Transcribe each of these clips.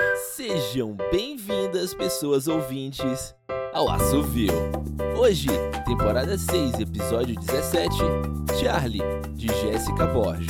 Sejam bem-vindas, pessoas ouvintes, ao Assovio. Hoje, temporada 6, episódio 17, Charlie, de Jéssica Borges.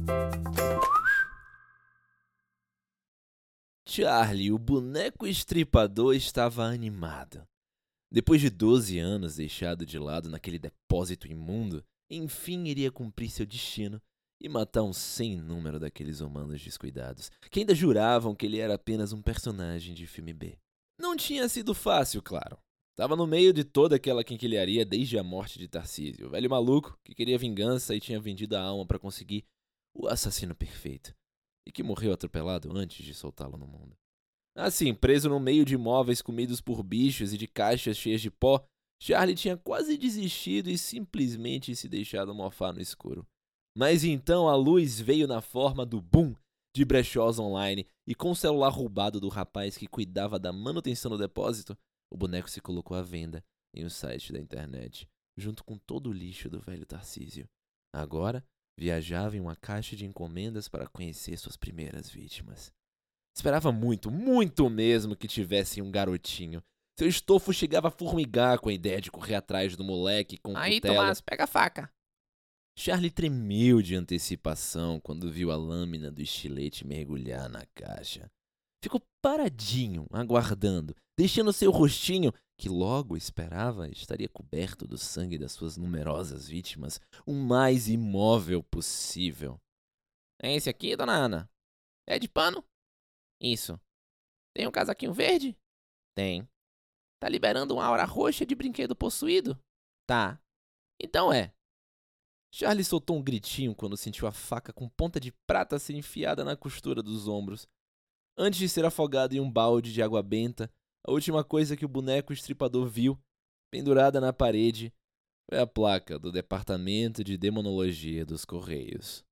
Charlie, o boneco estripador, estava animado. Depois de 12 anos deixado de lado naquele depósito imundo, enfim iria cumprir seu destino e matar um sem número daqueles humanos descuidados, que ainda juravam que ele era apenas um personagem de filme B. Não tinha sido fácil, claro. Estava no meio de toda aquela quinquilharia desde a morte de Tarcísio, o velho maluco que queria vingança e tinha vendido a alma para conseguir o assassino perfeito, e que morreu atropelado antes de soltá-lo no mundo. Assim, preso no meio de móveis comidos por bichos e de caixas cheias de pó, Charlie tinha quase desistido e simplesmente se deixado mofar no escuro. Mas então a luz veio na forma do boom de brechós online e com o celular roubado do rapaz que cuidava da manutenção do depósito, o boneco se colocou à venda em um site da internet, junto com todo o lixo do velho Tarcísio. Agora, viajava em uma caixa de encomendas para conhecer suas primeiras vítimas. Esperava muito, muito mesmo que tivesse um garotinho. Seu estofo chegava a formigar com a ideia de correr atrás do moleque com Aí, cutelo. Tomás, pega a faca. Charlie tremeu de antecipação quando viu a lâmina do estilete mergulhar na caixa. Ficou paradinho, aguardando, deixando seu rostinho, que logo esperava estaria coberto do sangue das suas numerosas vítimas, o mais imóvel possível. É esse aqui, dona Ana? É de pano? Isso. Tem um casaquinho verde? Tem. Tá liberando uma aura roxa de brinquedo possuído? Tá. Então é. Charlie soltou um gritinho quando sentiu a faca com ponta de prata ser enfiada na costura dos ombros. Antes de ser afogado em um balde de água benta, a última coisa que o boneco estripador viu, pendurada na parede, foi a placa do Departamento de Demonologia dos Correios.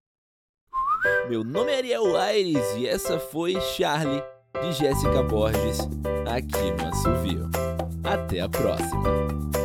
Meu nome é Ariel Aires e essa foi Charlie, de Jéssica Borges, aqui no Assovio. Até a próxima!